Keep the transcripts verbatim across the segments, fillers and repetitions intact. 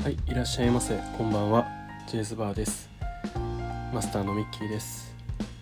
はい、いらっしゃいませ。こんばんは。ジェイズバーです。マスターのミッキーです。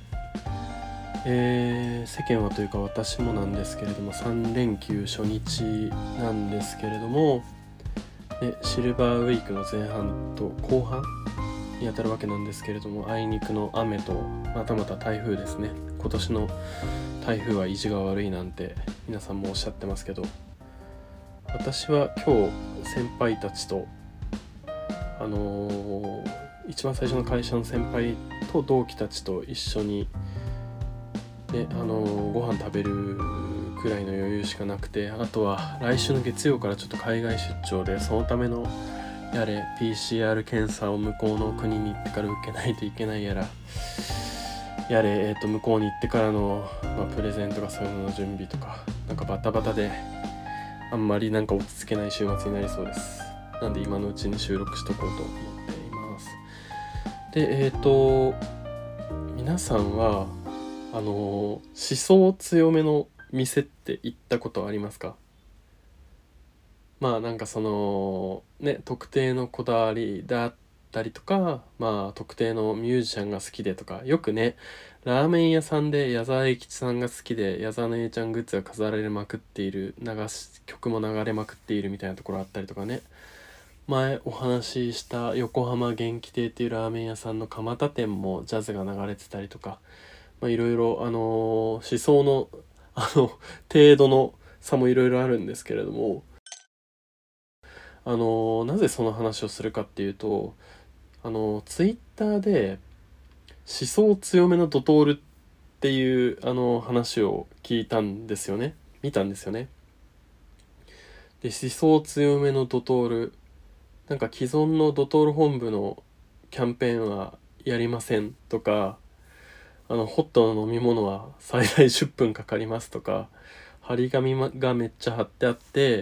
えー、世間はというか私もなんですけれども、さん連休初日なんですけれども、でシルバーウィークの前半と後半にあたるわけなんですけれども、あいにくの雨とまたまた台風ですね。今年の台風は意地が悪いなんて皆さんもおっしゃってますけど、私は今日先輩たちとあのー、一番最初の会社の先輩と同期たちと一緒に、ねあのー、ご飯食べるくらいの余裕しかなくて、あとは来週の月曜からちょっと海外出張で、そのためのやれ ピーシーアール 検査を向こうの国に行ってから受けないといけないやらやれ、えー、と向こうに行ってからの、まあ、プレゼントとかそういうのの準備とか、なんかバタバタであんまりなんか落ち着けない週末になりそうです。なんで今のうちに収録しとこうと思っています。で、えっ、ー、と皆さんはあの思想強めの店って行ったことありますか？まあなんかそのね特定のこだわりだったりとか、まあ特定のミュージシャンが好きでとか、よくねラーメン屋さんで矢沢永吉さんが好きで矢沢永ちゃんグッズが飾られまくっている、流し曲も流れまくっているみたいなところあったりとかね、前お話しした横浜元気亭っていうラーメン屋さんの蒲田店もジャズが流れてたりとか、まあいろいろあのー思想のあの程度の差もいろいろあるんですけれども、あのーなぜその話をするかっていうと、あのーツイッターで思想強めのドトールっていうあのー話を聞いたんですよね。見たんですよね。で、思想強めのドトール、なんか既存のドトール本部のキャンペーンはやりませんとか、あのホットな飲み物は最大じゅっぷんかかりますとか、張り紙がめっちゃ貼ってあって、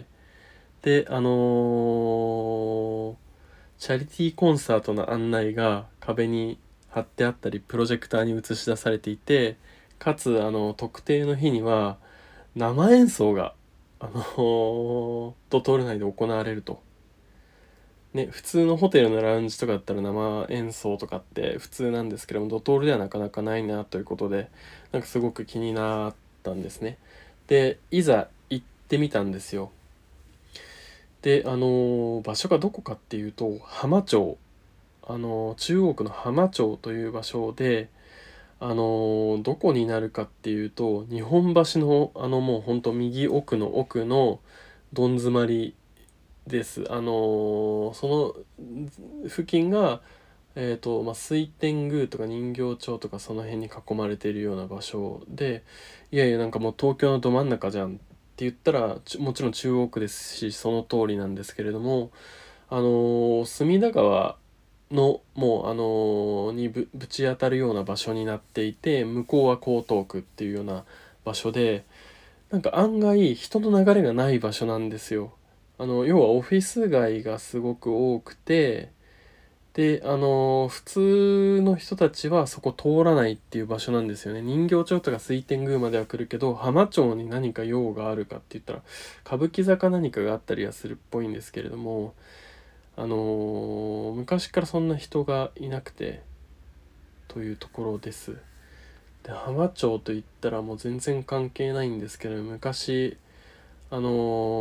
であのーチャリティーコンサートの案内が壁に貼ってあったり、プロジェクターに映し出されていて、かつあの特定の日には生演奏があのードトール内で行われると。ね、普通のホテルのラウンジとかだったら生演奏とかって普通なんですけども、ドトールではなかなかないなということで、なんかすごく気になったんですね。で、いざ行ってみたんですよ。で、あのー場所がどこかっていうと、浜町、あのー中央区の浜町という場所で、あのーどこになるかっていうと、日本橋のあのもうほんと右奥の奥のどん詰まりです。あのーその付近が、えーとまあ、水天宮とか人形町とかその辺に囲まれているような場所で、いやいやなんかもう東京のど真ん中じゃんって言ったらもちろん中央区ですし、その通りなんですけれども、あのー隅田川のもうあのーにぶぶち当たるような場所になっていて、向こうは江東区っていうような場所で、なんか案外人の流れがない場所なんですよ。あの要はオフィス街がすごく多くて、であの普通の人たちはそこ通らないっていう場所なんですよね。人形町とか水天宮までは来るけど、浜町に何か用があるかって言ったら歌舞伎座か何かがあったりはするっぽいんですけれども、あの昔からそんな人がいなくてというところです。で浜町といったらもう全然関係ないんですけど、昔あのー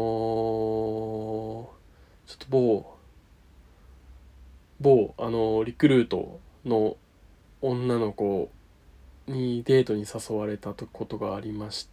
ちょっと某某あのーリクルートの女の子にデートに誘われたことがありまして、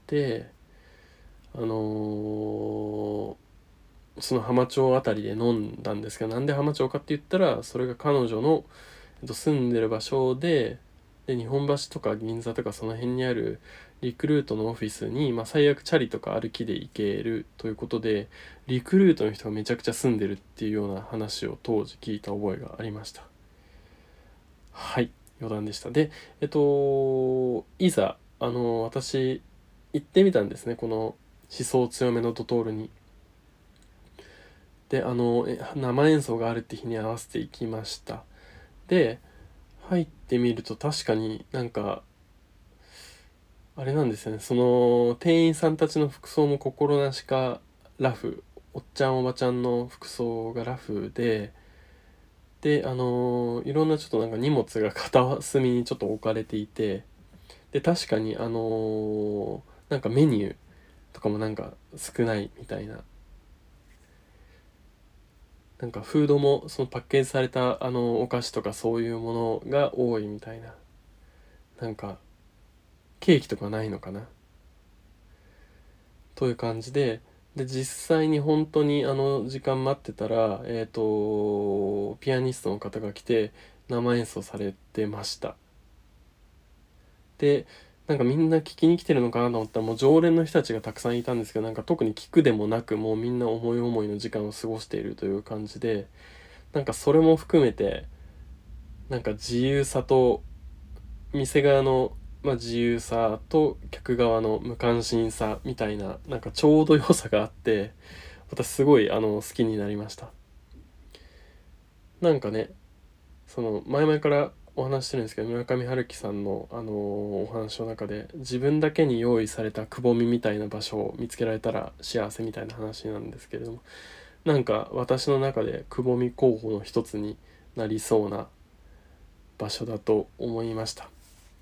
あのーその浜町あたりで飲んだんですけど、なんで浜町かって言ったら、それが彼女の、えっと、住んでる場所で、で日本橋とか銀座とかその辺にあるリクルートのオフィスに、まあ、最悪チャリとか歩きで行けるということで、リクルートの人がめちゃくちゃ住んでるっていうような話を当時聞いた覚えがありました。はい、余談でした。で、えっと、いざ、あの、私、行ってみたんですね、この思想強めのドトールに。で、あの、え生演奏があるって日に合わせて行きました。で、入ってみると確かになんか、あれなんですよね、その、店員さんたちの服装も心なしかラフ、おっちゃんおばちゃんの服装がラフで、 であのーいろんなちょっとなんか荷物が片隅にちょっと置かれていて、で確かにあのーなんかメニューとかもなんか少ないみたいな、なんかフードもそのパッケージされたあのお菓子とかそういうものが多いみたいな、なんかケーキとかないのかなという感じで、で実際に本当にあの時間待ってたら、えっとピアニストの方が来て生演奏されてました。でなんかみんな聞きに来てるのかなと思ったら、もう常連の人たちがたくさんいたんですけど、なんか特に聞くでもなく、もうみんな思い思いの時間を過ごしているという感じで、なんかそれも含めてなんか自由さと、店側の、まあ、自由さと客側の無関心さみたいな、なんかちょうど良さがあって、私すごいあの好きになりました。なんかね、その前々からお話ししてるんですけど、村上春樹さんの、あのーお話の中で、自分だけに用意されたくぼみみたいな場所を見つけられたら幸せみたいな話なんですけれども、なんか私の中でくぼみ候補の一つになりそうな場所だと思いました。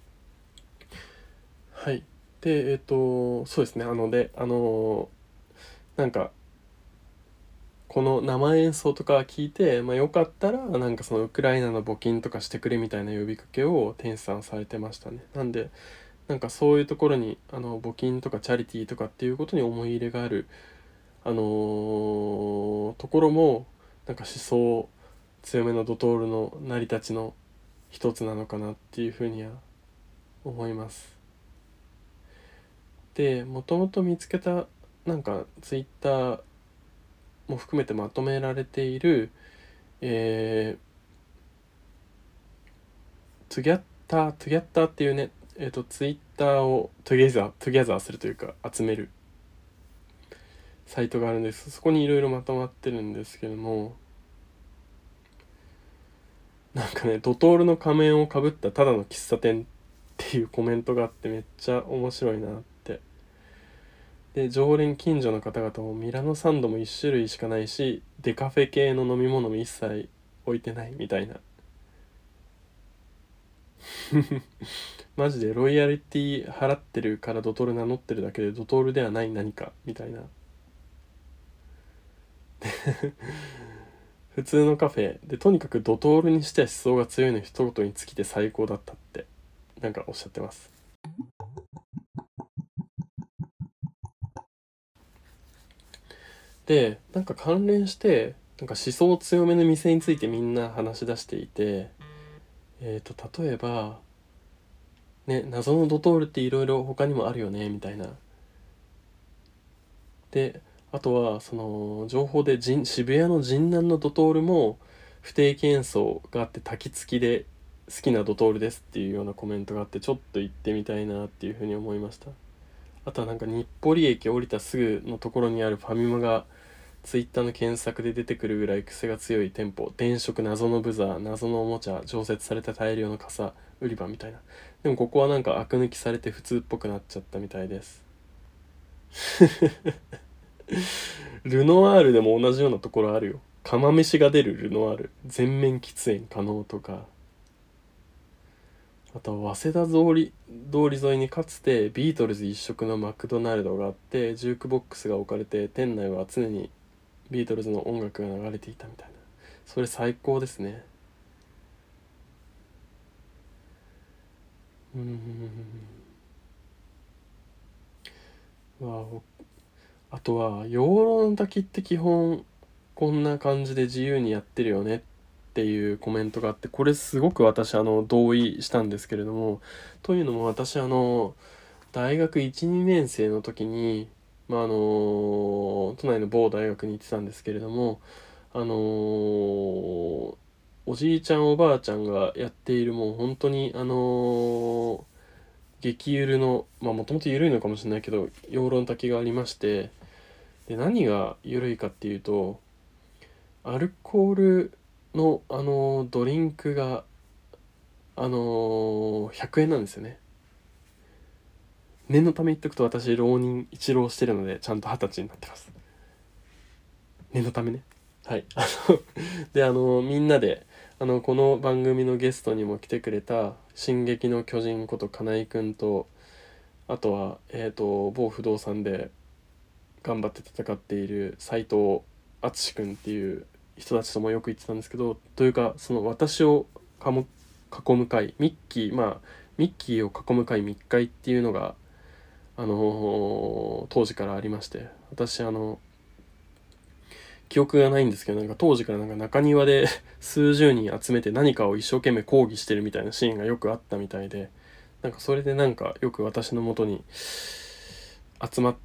はい。で、えっと、そうですね。あので、あのなんか、この生演奏とか聞いて、まあ、よかったら、なんかそのウクライナの募金とかしてくれみたいな呼びかけを店主さんされてましたね。なんで、なんかそういうところに、あの、募金とかチャリティーとかっていうことに思い入れがある、あのーところも、なんか思想強めのドトールの成り立ちの一つなのかなっていうふうには思います。で、もともと見つけた、なんかツイッターも含めてまとめられている、えー、トゥギャッター、トゥギャッターっていうね、えっ、と、ツイッターをトゥゲザー、トゥギャザーするというか、集めるサイトがあるんです。そこにいろいろまとまってるんですけども、なんかね、ドトールの仮面をかぶったただの喫茶店っていうコメントがあって、めっちゃ面白いなって。で、常連近所の方々もミラノサンドもいち種類しかないし、デカフェ系の飲み物も一切置いてないみたいな。マジでロイヤリティ払ってるからドトール名乗ってるだけでドトールではない何かみたいな。普通のカフェで、とにかくドトールにしては思想が強いの一言に尽きて最高だったってなんかおっしゃってます。でなんか関連してなんか思想強めの店についてみんな話し出していて、えーと例えばね、謎のドトールっていろいろ他にもあるよねみたいな。であとはその情報で渋谷の神南のドトールも不定期演奏があって滝付きで好きなドトールですっていうようなコメントがあって、ちょっと行ってみたいなっていうふうに思いました。あとはなんか日暮里駅降りたすぐのところにあるファミマがツイッターの検索で出てくるぐらい癖が強い店舗、電飾、謎のブザー、謎のおもちゃ、常設された大量の傘売り場みたいな。でもここはなんかアク抜きされて普通っぽくなっちゃったみたいです。ルノワールでも同じようなところあるよ。釜飯が出るルノワール、全面喫煙可能とか。あとは早稲田通り通り沿いにかつてビートルズ一色のマクドナルドがあって、ジュークボックスが置かれて店内は常にビートルズの音楽が流れていたみたいな。それ最高ですね。うーん。わあとは養老の滝って基本こんな感じで自由にやってるよねっていうコメントがあって、これすごく私あの同意したんですけれども、というのも私あの大学いち、にねん生の時に、まあ、あの都内の某大学に行ってたんですけれども、あのおじいちゃんおばあちゃんがやっている、もう本当にあの激ゆるの、まあもともと緩いのかもしれないけど養老の滝がありまして、で何が緩いかっていうと、アルコールのあのドリンクがあのひゃくえんなんですよね。念のため言っとくと、私浪人一浪してるのでちゃんと二十歳になってます。念のためね。はい。あのであのみんなであのこの番組のゲストにも来てくれた進撃の巨人こと金井くんと、あとは、えー、と某不動産で頑張って戦っている斉藤敦くんっていう人たちともよく言ってたんですけど、というかその私をかも囲む会、ミッキーまあミッキーを囲む会密会っていうのが、あのー当時からありまして、私あの記憶がないんですけど、なんか当時からなんか中庭で数十人集めて何かを一生懸命講義してるみたいなシーンがよくあったみたいで、なんかそれでなんかよく私のもとに集まって、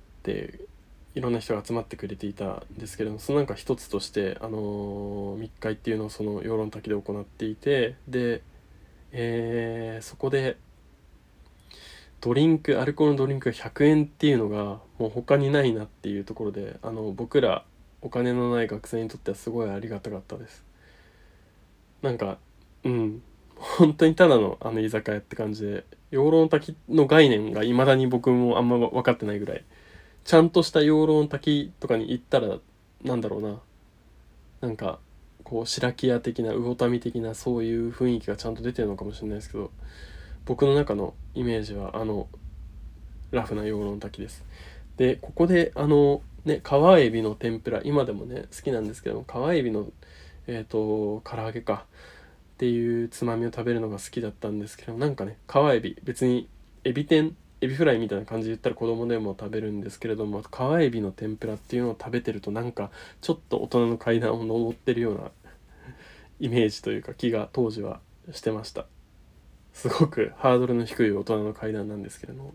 いろんな人が集まってくれていたんですけれども、そのなんか一つとして、あのー密会っていうのをその養老の滝で行っていて、で、えーそこでドリンクアルコールのドリンクがひゃくえんっていうのがもう他にないなっていうところで、あの僕らお金のない学生にとってはすごいありがたかったです。なんかうん本当にただのあの居酒屋って感じで、養老の滝の概念が未だに僕もあんま分かってないぐらい、ちゃんとした養老の滝とかに行ったら、なんだろうな、なんかこう白木屋的な魚民的なそういう雰囲気がちゃんと出てるのかもしれないですけど、僕の中のイメージはあのラフな養老の滝です。でここであのね川エビの天ぷら、今でもね好きなんですけども、川エビのえっ、と唐揚げかっていうつまみを食べるのが好きだったんですけど、なんかね川エビ別にエビ天エビフライみたいな感じで言ったら子供でも食べるんですけれども、川エビの天ぷらっていうのを食べてるとなんかちょっと大人の階段を登ってるようなイメージというか気が当時はしてました。すごくハードルの低い大人の階段なんですけれども、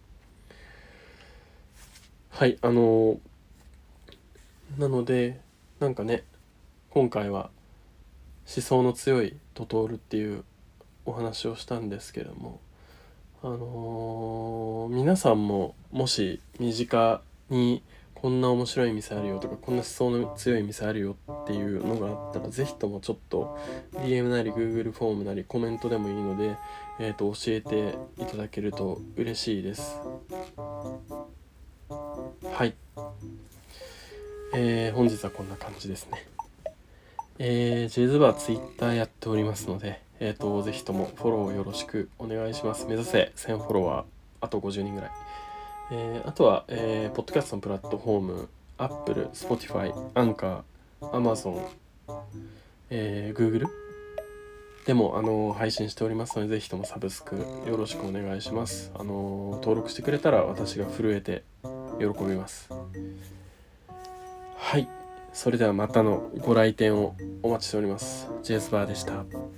はいあのなのでなんかね、今回は思想の強いトトールっていうお話をしたんですけれども、あのー皆さんももし身近にこんな面白い店あるよとか、こんな思想の強い店あるよっていうのがあったら、ぜひともちょっと ディーエム なり Google フォームなりコメントでもいいので、えー、と教えていただけると嬉しいです。はい、えー本日はこんな感じですね。えー、ジェズバーツイッターやっておりますので、えーと、ぜひともフォローよろしくお願いします。目指せせんフォロワー、あとごじゅうにんぐらい。えー、あとは、えー、ポッドキャストのプラットフォーム、Apple、Spotify、Anchor、Amazon、えー、Google でも、あのー配信しておりますので、ぜひともサブスクよろしくお願いします。あのー登録してくれたら私が震えて喜びます。はい。それではまたのご来店をお待ちしております。ジェイズバーでした。